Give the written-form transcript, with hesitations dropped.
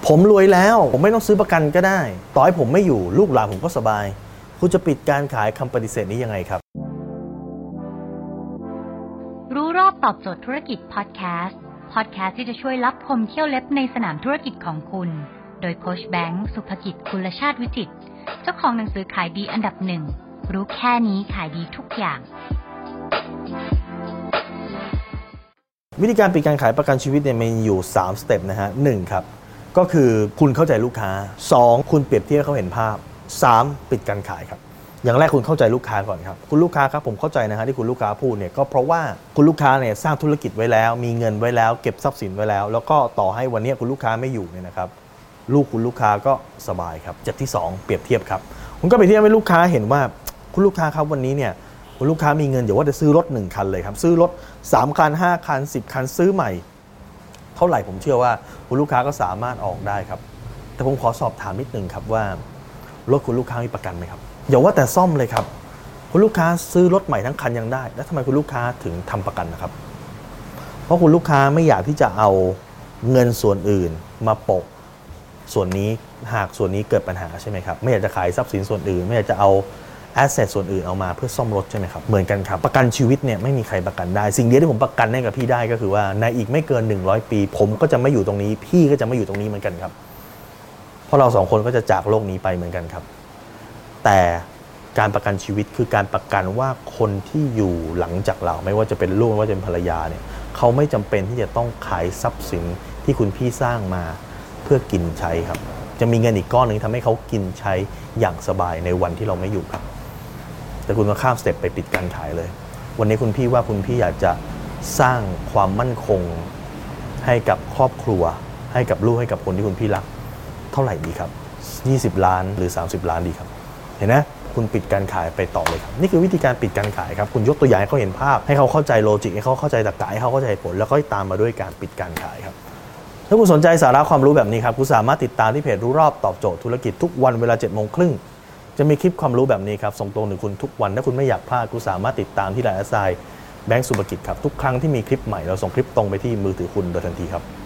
ผมรวยแล้วผมไม่ต้องซื้อประกันก็ได้ต่อให้ผมไม่อยู่ลูกหลานผมก็สบายคุณจะปิดการขายคำปฏิเสธนี้ยังไงครับรู้รอบตอบโจทย์ธุรกิจพอดแคสต์ที่จะช่วยลับคมเที่ยวเล็บในสนามธุรกิจของคุณโดยโค้ชแบงค์สุภกิจกุลชาติวิจิตรเจ้าของหนังสือขายดีอันดับหนึ่งรู้แค่นี้ขายดีทุกอย่างวิธีการปิดการขายประกันชีวิตเนี่ยมีอยู่3สเต็ปนะฮะ1ครับก็คือคุณเข้าใจลูกค้า2คุณเปรียบเทียบให้เขาเห็นภาพ3ปิดการขายครับอย่างแรกคุณเข้าใจลูกค้าก่อนครับคุณลูกค้าครับผมเข้าใจนะฮะที่คุณลูกค้าพูดเนี่ยก็เพราะว่าคุณลูกค้าเนี่ยสร้างธุรกิจไว้แล้วมีเงินไว้แล้วเก็บทรัพย์สินไว้แล้วแล้วก็ต่อให้วันนี้คุณลูกค้าไม่อยู่เนี่ยนะครับลูกคุณลูกค้าก็สบายครับสเต็ปที่2เปรียบเทียบครับคุณก็ไปเทียบให้ลูกค้าเห็นว่าคุณลูกค้าครับวันนี้เนี่ยคุณลูกค้ามีเงินอย่าว่าจะซื้อรถ1คันเลยครับซื้อรถ3คัน5คัน10คันซื้อใหม่เท่าไหร่ผมเชื่อว่าคุณลูกค้าก็สามารถออกได้ครับแต่ผมขอสอบถามนิดนึงครับว่ารถคุณลูกค้ามีประกันไหมครับอย่าว่าแต่ซ่อมเลยครับคุณลูกค้าซื้อรถใหม่ทั้งคันยังได้แล้วทำไมคุณลูกค้าถึงทำประกันนะครับเพราะคุณลูกค้าไม่อยากที่จะเอาเงินส่วนอื่นมาโปะส่วนนี้หากส่วนนี้เกิดปัญหาใช่ไหมครับไม่อยากจะขายทรัพย์สินส่วนอื่นไม่อยากจะเอาแอสเซทส่วนอื่นเอามาเพื่อซ่อมรถใช่ไหมครับเหมือนกันครับประกันชีวิตเนี่ยไม่มีใครประกันได้สิ่งเดียวที่ผมประกันให้กับพี่ได้ก็คือว่าในอีกไม่เกิน100ปีผมก็จะไม่อยู่ตรงนี้พี่ก็จะไม่อยู่ตรงนี้เหมือนกันครับเพราะเรา2คนก็จะจากโลกนี้ไปเหมือนกันครับแต่การประกันชีวิตคือการประกันว่าคนที่อยู่หลังจากเราไม่ว่าจะเป็นลูกไม่ว่าจะเป็นภรรยาเนี่ยเขาไม่จำเป็นที่จะต้องขายทรัพย์สินที่คุณพี่สร้างมาเพื่อกินใช้ครับจะมีเงินอีกก้อนหนึ่งทำให้เขากินใช้อย่างสบายในวันที่เราไม่อยู่ครับแต่คุณมาข้ามสเต็ปไปปิดการขายเลยวันนี้คุณพี่ว่าคุณพี่อยากจะสร้างความมั่นคงให้กับครอบครัวให้กับลูกให้กับคนที่คุณพี่รักเท่าไหร่ดีครับ20 ล้านหรือ30 ล้านดีครับเห็นไหมคุณปิดการขายไปต่อเลยครับนี่คือวิธีการปิดการขายครับคุณยกตัวอย่างให้เขาเห็นภาพให้เขาเข้าใจโลจิกให้เขาเข้าใจตรรกะให้เขาเข้าใจผลแล้วก็ตามมาด้วยการปิดการขายครับถ้าคุณสนใจสาระความรู้แบบนี้ครับคุณสามารถติดตามที่เพจรู้รอบตอบโจทย์ธุรกิจทุกวันเวลา 7:30 น.จะมีคลิปความรู้แบบนี้ครับส่งตรงถึงคุณทุกวันถ้าคุณไม่อยากพลาดคุณสามารถติดตามที่ LINE@ แบงค์สุภกิจครับทุกครั้งที่มีคลิปใหม่เราส่งคลิปตรงไปที่มือถือคุณโดยทันทีครับ